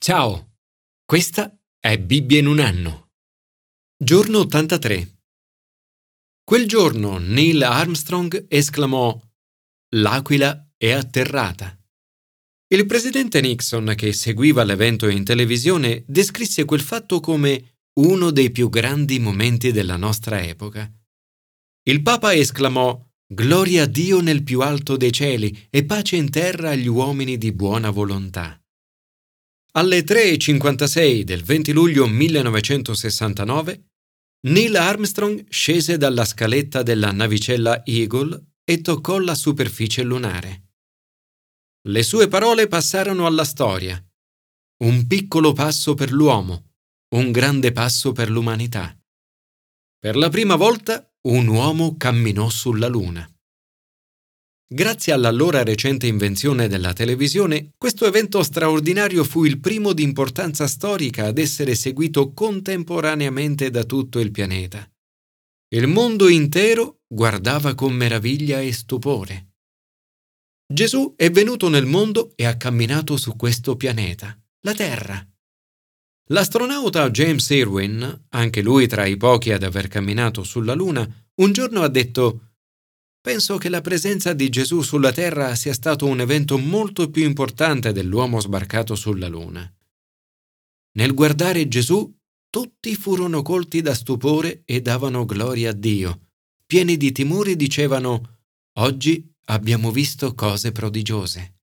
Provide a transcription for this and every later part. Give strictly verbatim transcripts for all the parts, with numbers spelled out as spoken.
Ciao, questa è Bibbia in un anno. Giorno ottantatré. Quel giorno Neil Armstrong esclamò: «L'aquila è atterrata». Il presidente Nixon, che seguiva l'evento in televisione, descrisse quel fatto come uno dei più grandi momenti della nostra epoca. Il Papa esclamò: «Gloria a Dio nel più alto dei cieli e pace in terra agli uomini di buona volontà». Alle tre e cinquantasei del venti luglio millenovecentosessantanove, Neil Armstrong scese dalla scaletta della navicella Eagle e toccò la superficie lunare. Le sue parole passarono alla storia. Un piccolo passo per l'uomo, un grande passo per l'umanità. Per la prima volta un uomo camminò sulla Luna. Grazie all'allora recente invenzione della televisione, questo evento straordinario fu il primo di importanza storica ad essere seguito contemporaneamente da tutto il pianeta. Il mondo intero guardava con meraviglia e stupore. Gesù è venuto nel mondo e ha camminato su questo pianeta, la Terra. L'astronauta James Irwin, anche lui tra i pochi ad aver camminato sulla Luna, un giorno ha detto: «Penso che la presenza di Gesù sulla Terra sia stato un evento molto più importante dell'uomo sbarcato sulla Luna». Nel guardare Gesù, tutti furono colti da stupore e davano gloria a Dio. Pieni di timore dicevano: «Oggi abbiamo visto cose prodigiose».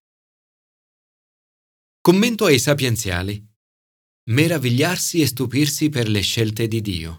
Commento ai sapienziali. Meravigliarsi e stupirsi per le scelte di Dio.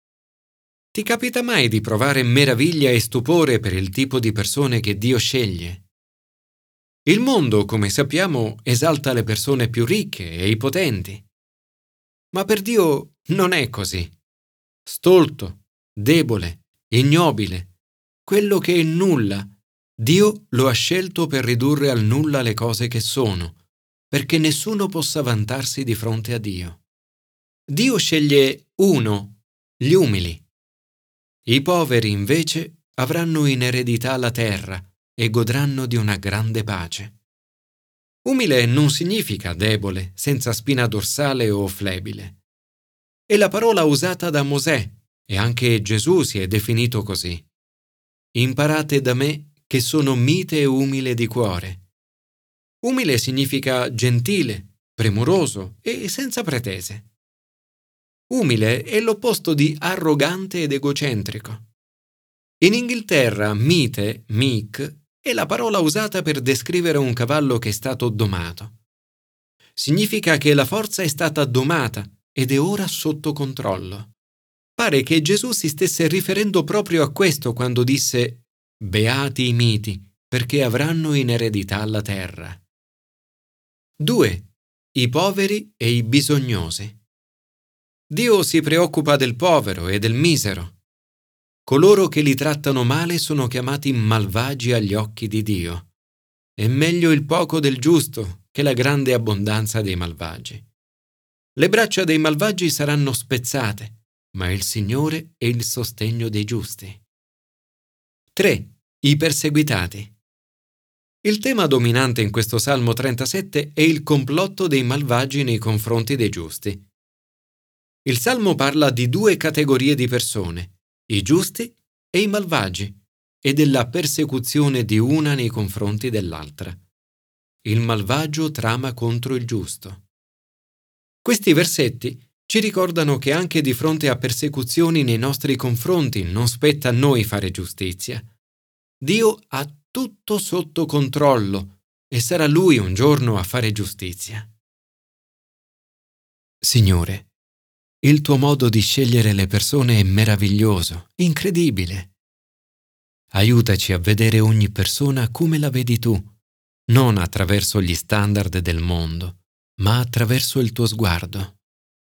Ti capita mai di provare meraviglia e stupore per il tipo di persone che Dio sceglie? Il mondo, come sappiamo, esalta le persone più ricche e i potenti. Ma per Dio non è così. Stolto, debole, ignobile, quello che è nulla, Dio lo ha scelto per ridurre al nulla le cose che sono, perché nessuno possa vantarsi di fronte a Dio. Dio sceglie uno, gli umili. I poveri, invece, avranno in eredità la terra e godranno di una grande pace. Umile non significa debole, senza spina dorsale o flebile. È la parola usata da Mosè e anche Gesù si è definito così. «Imparate da me che sono mite e umile di cuore». Umile significa gentile, premuroso e senza pretese. Umile è l'opposto di arrogante ed egocentrico. In Inghilterra mite, meek, è la parola usata per descrivere un cavallo che è stato domato. Significa che la forza è stata domata ed è ora sotto controllo. Pare che Gesù si stesse riferendo proprio a questo quando disse: «Beati i miti, perché avranno in eredità la terra». due. I poveri e i bisognosi. Dio si preoccupa del povero e del misero. Coloro che li trattano male sono chiamati malvagi agli occhi di Dio. È meglio il poco del giusto che la grande abbondanza dei malvagi. Le braccia dei malvagi saranno spezzate, ma il Signore è il sostegno dei giusti. tre. I perseguitati. Il tema dominante in questo Salmo trentasette è il complotto dei malvagi nei confronti dei giusti. Il Salmo parla di due categorie di persone, i giusti e i malvagi, e della persecuzione di una nei confronti dell'altra. Il malvagio trama contro il giusto. Questi versetti ci ricordano che anche di fronte a persecuzioni nei nostri confronti non spetta a noi fare giustizia. Dio ha tutto sotto controllo e sarà Lui un giorno a fare giustizia. Signore, il tuo modo di scegliere le persone è meraviglioso, incredibile. Aiutaci a vedere ogni persona come la vedi tu, non attraverso gli standard del mondo, ma attraverso il tuo sguardo.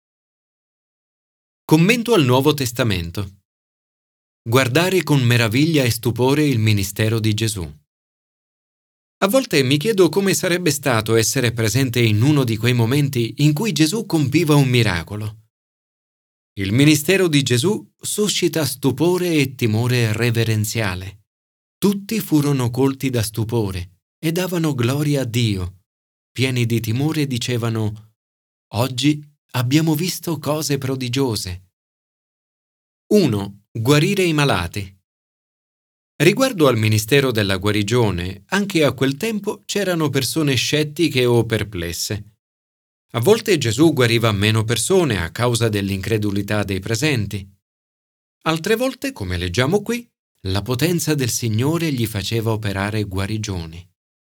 Commento al Nuovo Testamento. Guardare con meraviglia e stupore il ministero di Gesù. A volte mi chiedo come sarebbe stato essere presente in uno di quei momenti in cui Gesù compiva un miracolo. Il ministero di Gesù suscita stupore e timore reverenziale. Tutti furono colti da stupore e davano gloria a Dio. Pieni di timore dicevano: oggi abbiamo visto cose prodigiose. uno. Guarire i malati. Riguardo al ministero della guarigione, anche a quel tempo c'erano persone scettiche o perplesse. A volte Gesù guariva meno persone a causa dell'incredulità dei presenti. Altre volte, come leggiamo qui, la potenza del Signore gli faceva operare guarigioni.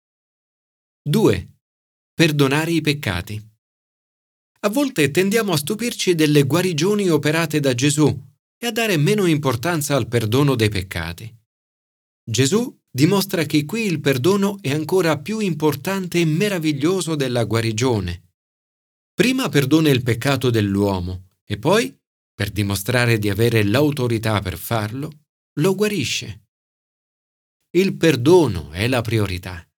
due. Perdonare i peccati. A volte tendiamo a stupirci delle guarigioni operate da Gesù e a dare meno importanza al perdono dei peccati. Gesù dimostra che qui il perdono è ancora più importante e meraviglioso della guarigione. Prima perdona il peccato dell'uomo e poi, per dimostrare di avere l'autorità per farlo, lo guarisce. Il perdono è la priorità.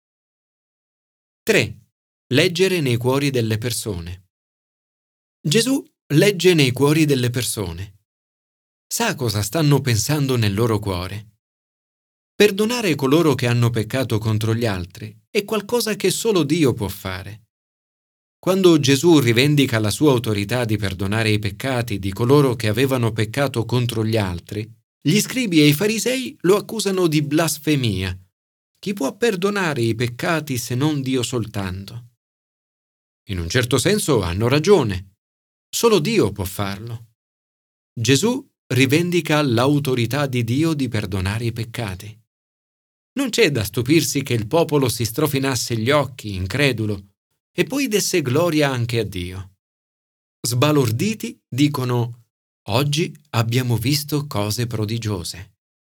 tre. Leggere nei cuori delle persone. Gesù legge nei cuori delle persone. Sa cosa stanno pensando nel loro cuore. Perdonare coloro che hanno peccato contro gli altri è qualcosa che solo Dio può fare. Quando Gesù rivendica la sua autorità di perdonare i peccati di coloro che avevano peccato contro gli altri, gli scribi e i farisei lo accusano di blasfemia. Chi può perdonare i peccati se non Dio soltanto? In un certo senso hanno ragione. Solo Dio può farlo. Gesù rivendica l'autorità di Dio di perdonare i peccati. Non c'è da stupirsi che il popolo si strofinasse gli occhi, incredulo, e poi desse gloria anche a Dio. Sbalorditi dicono: oggi abbiamo visto cose prodigiose.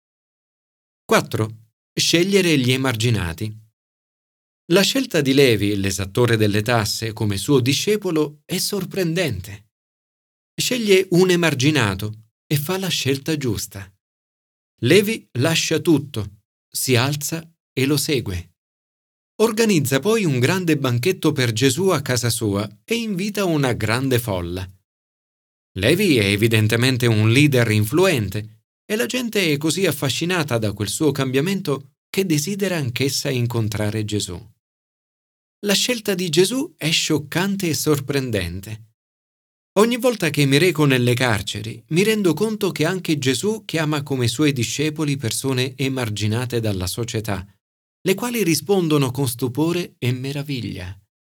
quattro. Scegliere gli emarginati. La scelta di Levi, l'esattore delle tasse, come suo discepolo è sorprendente. Sceglie un emarginato e fa la scelta giusta. Levi lascia tutto, si alza e lo segue. Organizza poi un grande banchetto per Gesù a casa sua e invita una grande folla. Levi è evidentemente un leader influente e la gente è così affascinata da quel suo cambiamento che desidera anch'essa incontrare Gesù. La scelta di Gesù è scioccante e sorprendente. Ogni volta che mi reco nelle carceri, mi rendo conto che anche Gesù chiama come suoi discepoli persone emarginate dalla società, le quali rispondono con stupore e meraviglia.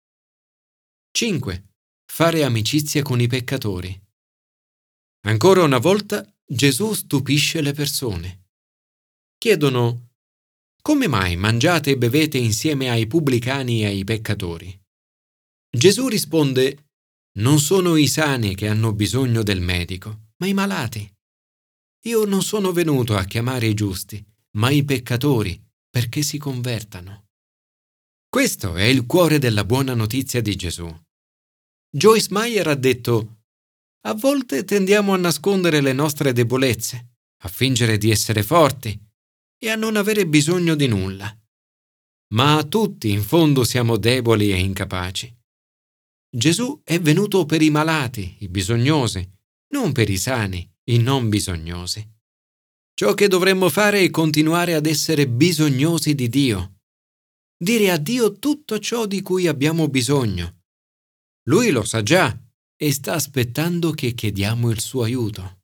cinque. Fare amicizia con i peccatori. Ancora una volta Gesù stupisce le persone. Chiedono: come mai mangiate e bevete insieme ai pubblicani e ai peccatori? Gesù risponde: non sono i sani che hanno bisogno del medico, ma i malati. Io non sono venuto a chiamare i giusti, ma i peccatori, perché si convertano. Questo è il cuore della buona notizia di Gesù. Joyce Meyer ha detto: a volte tendiamo a nascondere le nostre debolezze, a fingere di essere forti e a non avere bisogno di nulla. Ma tutti in fondo siamo deboli e incapaci. Gesù è venuto per i malati, i bisognosi, non per i sani, i non bisognosi. Ciò che dovremmo fare è continuare ad essere bisognosi di Dio. Dire a Dio tutto ciò di cui abbiamo bisogno. Lui lo sa già e sta aspettando che chiediamo il suo aiuto.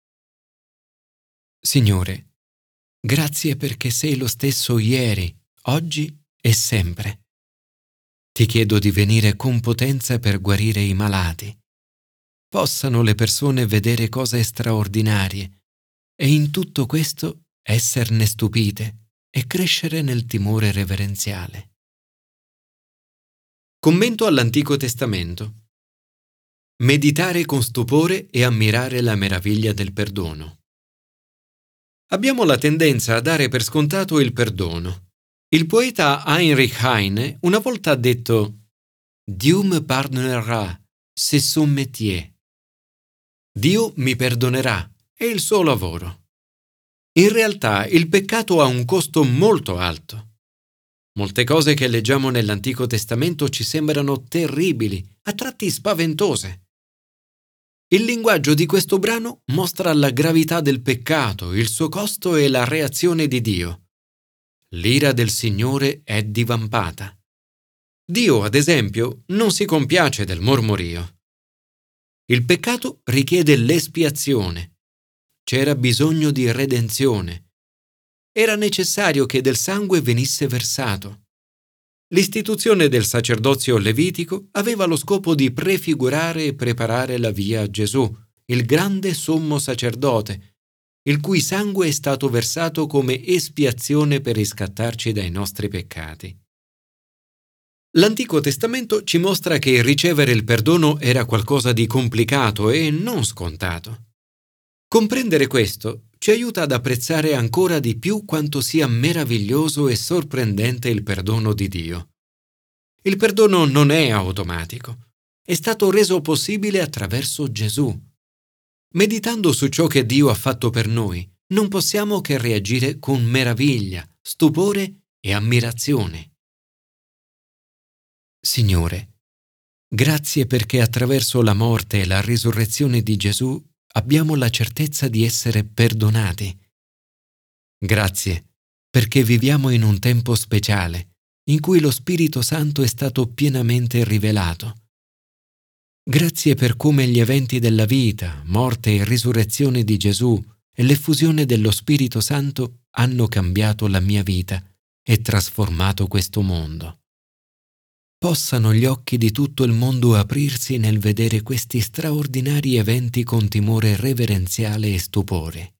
Signore, grazie perché sei lo stesso ieri, oggi e sempre. Ti chiedo di venire con potenza per guarire i malati. Possano le persone vedere cose straordinarie e in tutto questo esserne stupite e crescere nel timore reverenziale. Commento all'Antico Testamento. Meditare con stupore e ammirare la meraviglia del perdono. Abbiamo la tendenza a dare per scontato il perdono. Il poeta Heinrich Heine una volta ha detto: Dieu me pardonnera, c'est son métier. Dio mi perdonerà, è il suo lavoro. In realtà il peccato ha un costo molto alto. Molte cose che leggiamo nell'Antico Testamento ci sembrano terribili, a tratti spaventose. Il linguaggio di questo brano mostra la gravità del peccato, il suo costo e la reazione di Dio. L'ira del Signore è divampata. Dio, ad esempio, non si compiace del mormorio. Il peccato richiede l'espiazione. C'era bisogno di redenzione. Era necessario che del sangue venisse versato. L'istituzione del sacerdozio levitico aveva lo scopo di prefigurare e preparare la via a Gesù, il grande sommo sacerdote, il cui sangue è stato versato come espiazione per riscattarci dai nostri peccati. L'Antico Testamento ci mostra che ricevere il perdono era qualcosa di complicato e non scontato. Comprendere questo ci aiuta ad apprezzare ancora di più quanto sia meraviglioso e sorprendente il perdono di Dio. Il perdono non è automatico, è stato reso possibile attraverso Gesù. Meditando su ciò che Dio ha fatto per noi, non possiamo che reagire con meraviglia, stupore e ammirazione. Signore, grazie perché attraverso la morte e la risurrezione di Gesù abbiamo la certezza di essere perdonati. Grazie perché viviamo in un tempo speciale in cui lo Spirito Santo è stato pienamente rivelato. Grazie per come gli eventi della vita, morte e risurrezione di Gesù e l'effusione dello Spirito Santo hanno cambiato la mia vita e trasformato questo mondo. Possano gli occhi di tutto il mondo aprirsi nel vedere questi straordinari eventi con timore reverenziale e stupore.